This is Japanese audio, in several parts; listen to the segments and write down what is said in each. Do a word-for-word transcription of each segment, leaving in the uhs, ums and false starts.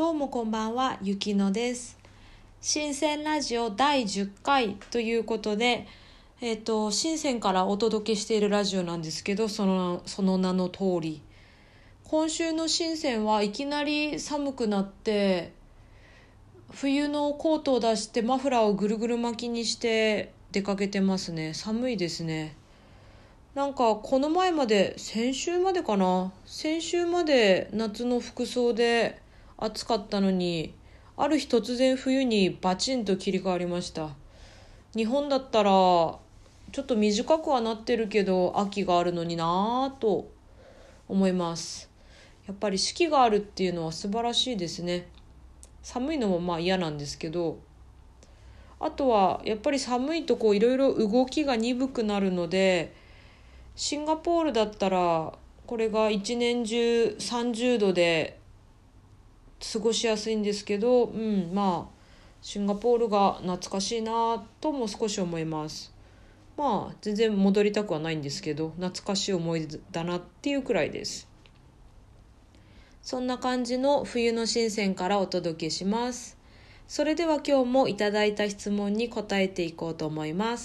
どうもこんばんは、ゆきのです。新鮮ラジオだいじゅっかいということで、えっと、新鮮からお届けしているラジオなんですけど、その、その名の通り。今週の新鮮はいきなり寒くなって、冬のコートを出してマフラーをぐるぐる巻きにして出かけてますね。寒いですね。なんかこの前まで、先週までかな先週まで夏の服装で暑かったのに、ある日突然冬にバチンと切り替わりました。日本だったらちょっと短くはなってるけど秋があるのになぁと思います。やっぱり四季があるっていうのは素晴らしいですね。寒いのもまあ嫌なんですけど、あとはやっぱり寒いとこういろいろ動きが鈍くなるので、シンガポールだったらこれが一年中さんじゅうどで過ごしやすいんですけど、うんまあシンガポールが懐かしいなとも少し思います。まあ全然戻りたくはないんですけど、懐かしい思い出だなっていうくらいです。そんな感じの冬の新鮮からお届けします。それでは今日もいただいた質問に答えていこうと思います。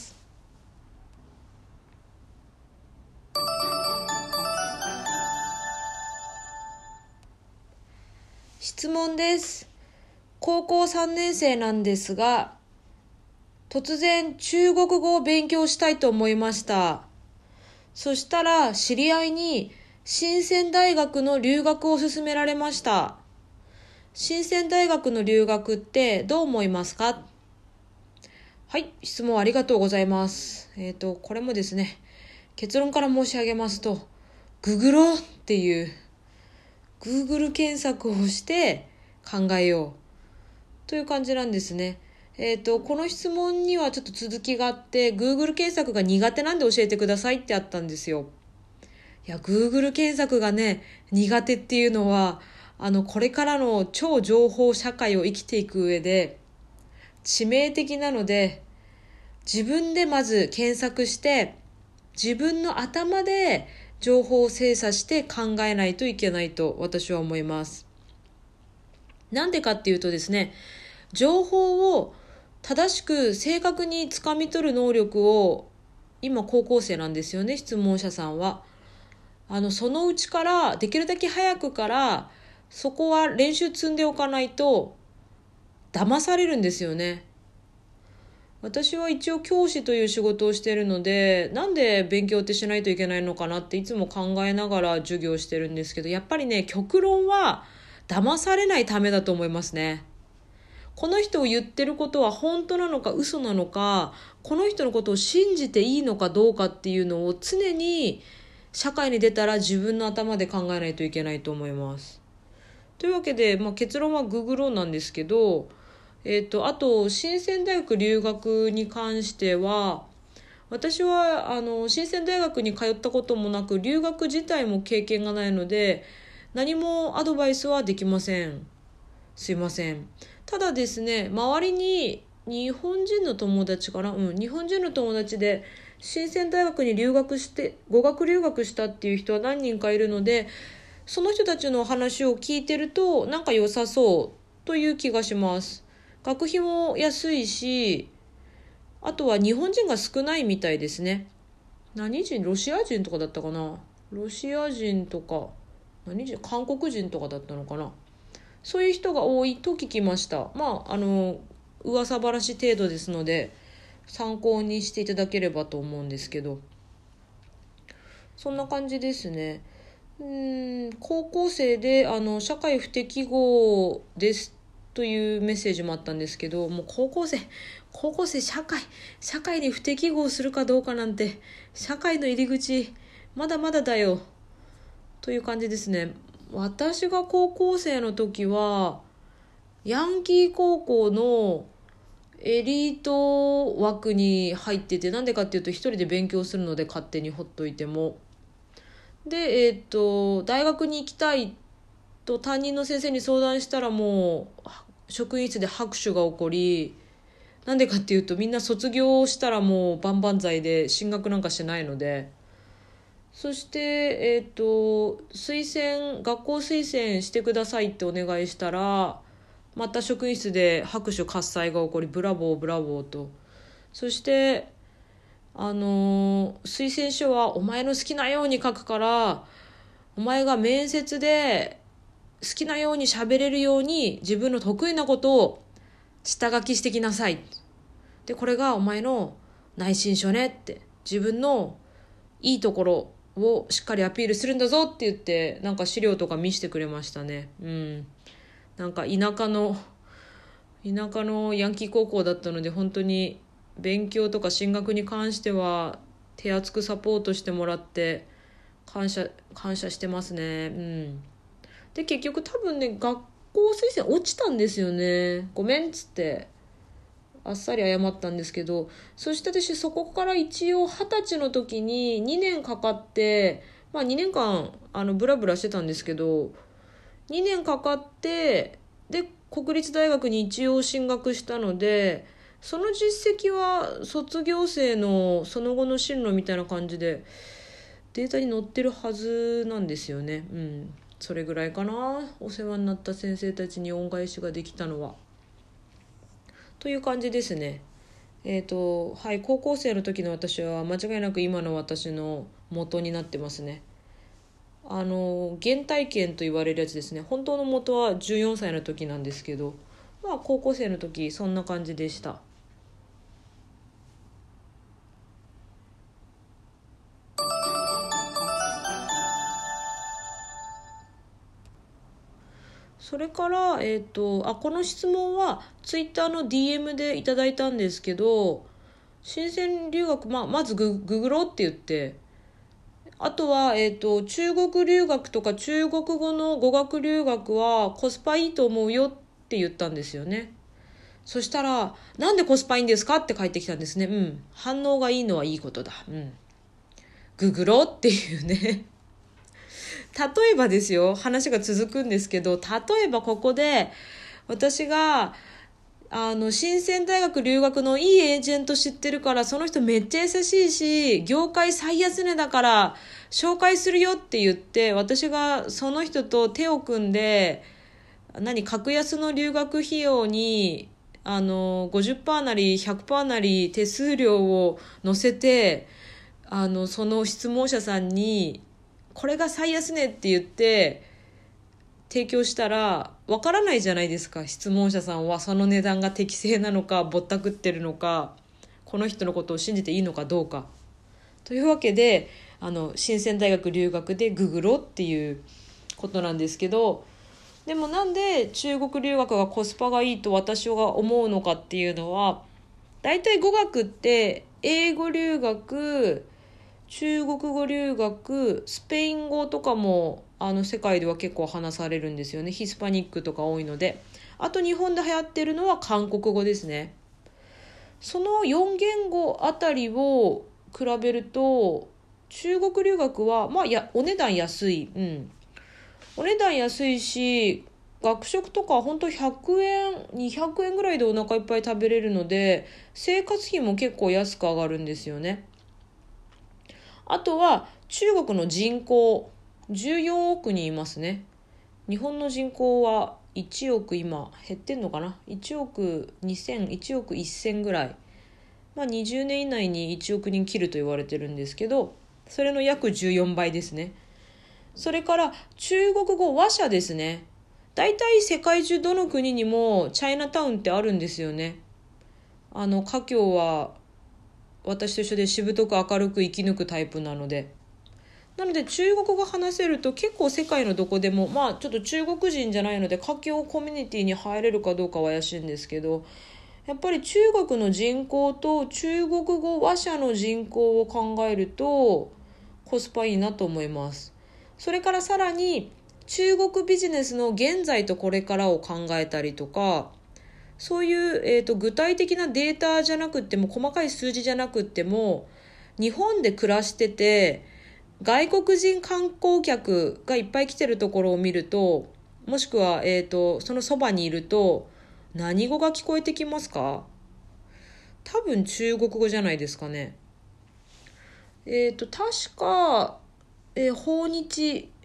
質問です。高校さんねん生なんですが、突然中国語を勉強したいと思いました。そしたら知り合いに深セン大学の留学を勧められました。深セン大学の留学ってどう思いますか？はい、質問ありがとうございます。えっと、これもですね、結論から申し上げますと、ググろうっていう、Google 検索をして考えようという感じなんですね。えっと、この質問にはちょっと続きがあって、Google 検索が苦手なんで教えてくださいってあったんですよ。いや、Google 検索がね、苦手っていうのは、あの、これからの超情報社会を生きていく上で、致命的なので、自分でまず検索して、自分の頭で情報を精査して考えないといけないと私は思います。なんでかっていうとですね、情報を正しく正確につかみ取る能力を、今高校生なんですよね、質問者さんは。あの、そのうちから、できるだけ早くから、そこは練習積んでおかないと、騙されるんですよね。私は一応教師という仕事をしているので、なんで勉強ってしないといけないのかなっていつも考えながら授業してるんですけど、やっぱりね、極論は騙されないためだと思いますね。この人を言ってることは本当なのか嘘なのか、この人のことを信じていいのかどうかっていうのを常に社会に出たら自分の頭で考えないといけないと思います。というわけで、まあ、結論はググろうなんですけど、えっと、あと、深セン大学留学に関しては、私は、あの、深セン大学に通ったこともなく、留学自体も経験がないので、何もアドバイスはできません。すいません。ただですね、周りに日本人の友達かな、うん、日本人の友達で深セン大学に留学して、語学留学したっていう人は何人かいるので、その人たちの話を聞いてると、なんか良さそうという気がします。学費も安いし、あとは日本人が少ないみたいですね。何人？ロシア人とかだったかな？ロシア人とか、何人？韓国人とかだったのかな？そういう人が多いと聞きました。まあ、あの、噂話程度ですので、参考にしていただければと思うんですけど。そんな感じですね。うーん、高校生で、あの、社会不適合ですというメッセージもあったんですけど、もう高校生、高校生、社会、社会に不適合するかどうかなんて、社会の入り口、まだまだだよ。という感じですね。私が高校生の時は、ヤンキー高校のエリート枠に入ってて、なんでかっていうと一人で勉強するので勝手にほっといても。で、えっと、大学に行きたいと担任の先生に相談したらもう、職員室で拍手が起こり、なんでかっていうとみんな卒業したらもう万々歳で進学なんかしないので、そして、えっと、推薦、学校推薦してくださいってお願いしたら、 また職員室で拍手喝采が起こり、ブラボーブラボーと。そしてあのー、推薦書はお前の好きなように書くから、お前が面接で好きなように喋れるように自分の得意なことを下書きしてきなさい。で、これがお前の内申書ねって、自分のいいところをしっかりアピールするんだぞって言って、なんか資料とか見せてくれましたね。うん。なんか田舎の、田舎のヤンキー高校だったので、本当に勉強とか進学に関しては手厚くサポートしてもらって感謝感謝してますね。うん。で結局多分ね、学校推薦落ちたんですよね。ごめんっつってあっさり謝ったんですけど、そして私そこから一応二十歳の時ににねんかかって、まあにねんかんあのブラブラしてたんですけど、にねんかかってで国立大学に一応進学したので、その実績は卒業生のその後の進路みたいな感じでデータに載ってるはずなんですよね。うん。それぐらいかな、お世話になった先生たちに恩返しができたのは。という感じですね。えっと、はい、高校生の時の私は間違いなく今の私の元になってますね。あの、原体験と言われるやつですね。本当の元はじゅうよんさいの時なんですけど、まあ高校生の時そんな感じでした。それから、えっと、あ、この質問はツイッターの ディーエム でいただいたんですけど、新鮮留学、まあ、まずグググろうって言って、あとは、えっと、中国留学とか中国語の語学留学はコスパいいと思うよって言ったんですよね。そしたら、なんでコスパいいんですかって返ってきたんですね。うん。反応がいいのはいいことだ。うん。ググろうっていうね。例えばですよ、話が続くんですけど、例えばここで私があの新鮮大学留学のいいエージェント知ってるから、その人めっちゃ優しいし業界最安値だから紹介するよって言って、私がその人と手を組んで、何格安の留学費用にあの ごじゅっパーセント なり ひゃくパーセント なり手数料を乗せて、あのその質問者さんにこれが最安値って言って提供したらわからないじゃないですか。質問者さんはその値段が適正なのかぼったくってるのか、この人のことを信じていいのかどうか。というわけで、あの新鮮大学留学でググろっていうことなんですけど、でもなんで中国留学がコスパがいいと私が思うのかっていうのは、だいたい語学って英語留学、中国語留学、スペイン語とかもあの世界では結構話されるんですよね。ヒスパニックとか多いので。あと日本で流行ってるのは韓国語ですね。そのよん言語あたりを比べると中国留学はまあやお値段安い。うん。お値段安いし、学食とか本当ひゃくえん、にひゃくえんぐらいでお腹いっぱい食べれるので、生活費も結構安く上がるんですよね。あとは中国の人口じゅうよんおくにんいますね。日本の人口はいちおく、今減ってんのかな、いちおくにせん、いちおくせんぐらい、まあ、にじゅうねん以内にいちおくにん切ると言われてるんですけど、それの約じゅうよんばいですね。それから中国語話者ですね。だいたい世界中どの国にもチャイナタウンってあるんですよね。あの華僑は私と一緒でしぶとく明るく生き抜くタイプなので、なので中国語話せると結構世界のどこでも、まあちょっと中国人じゃないので華僑コミュニティに入れるかどうかは怪しいんですけど、やっぱり中国の人口と中国語話者の人口を考えるとコスパいいなと思います。それからさらに中国ビジネスの現在とこれからを考えたりとか、そういう、えーと、具体的なデータじゃなくっても、細かい数字じゃなくっても、日本で暮らしてて外国人観光客がいっぱい来てるところを見ると、もしくは、えーと、そのそばにいると何語が聞こえてきますか？多分中国語じゃないですかね。えっと、確か、えー訪日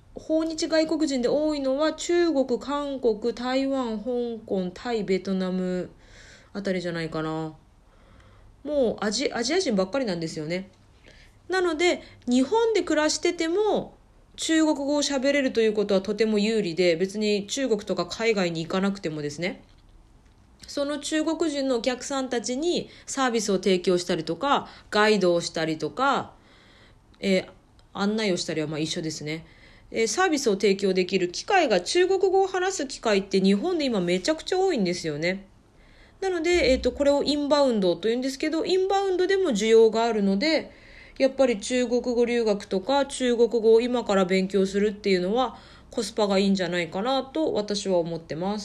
訪日外国人で多いのは中国、韓国、台湾、香港、タイ、ベトナムあたりじゃないかな。もうアジ、アジア人ばっかりなんですよね。なので日本で暮らしてても中国語を喋れるということはとても有利で、別に中国とか海外に行かなくてもですね、その中国人のお客さんたちにサービスを提供したりとか、ガイドをしたりとか、えー案内をしたりはまあ一緒ですね。えーサービスを提供できる機会が、中国語を話す機会って日本で今めちゃくちゃ多いんですよね。なので、えっと、これをインバウンドと言うんですけど、インバウンドでも需要があるので、やっぱり中国語留学とか中国語を今から勉強するっていうのはコスパがいいんじゃないかなと私は思ってます。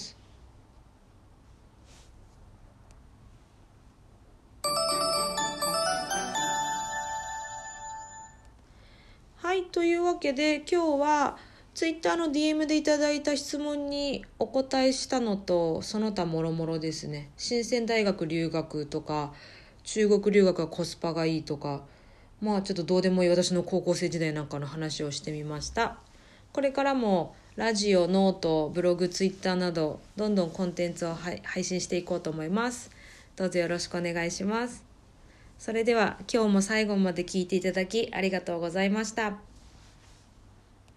はい、というわけで今日はツイッターの ディーエム でいただいた質問にお答えしたのと、その他もろもろですね。深セン大学留学とか、中国留学はコスパがいいとか、まあちょっとどうでもいい私の高校生時代なんかの話をしてみました。これからもラジオ、ノート、ブログ、ツイッターなどどんどんコンテンツを配信していこうと思います。どうぞよろしくお願いします。それでは今日も最後まで聞いていただきありがとうございました。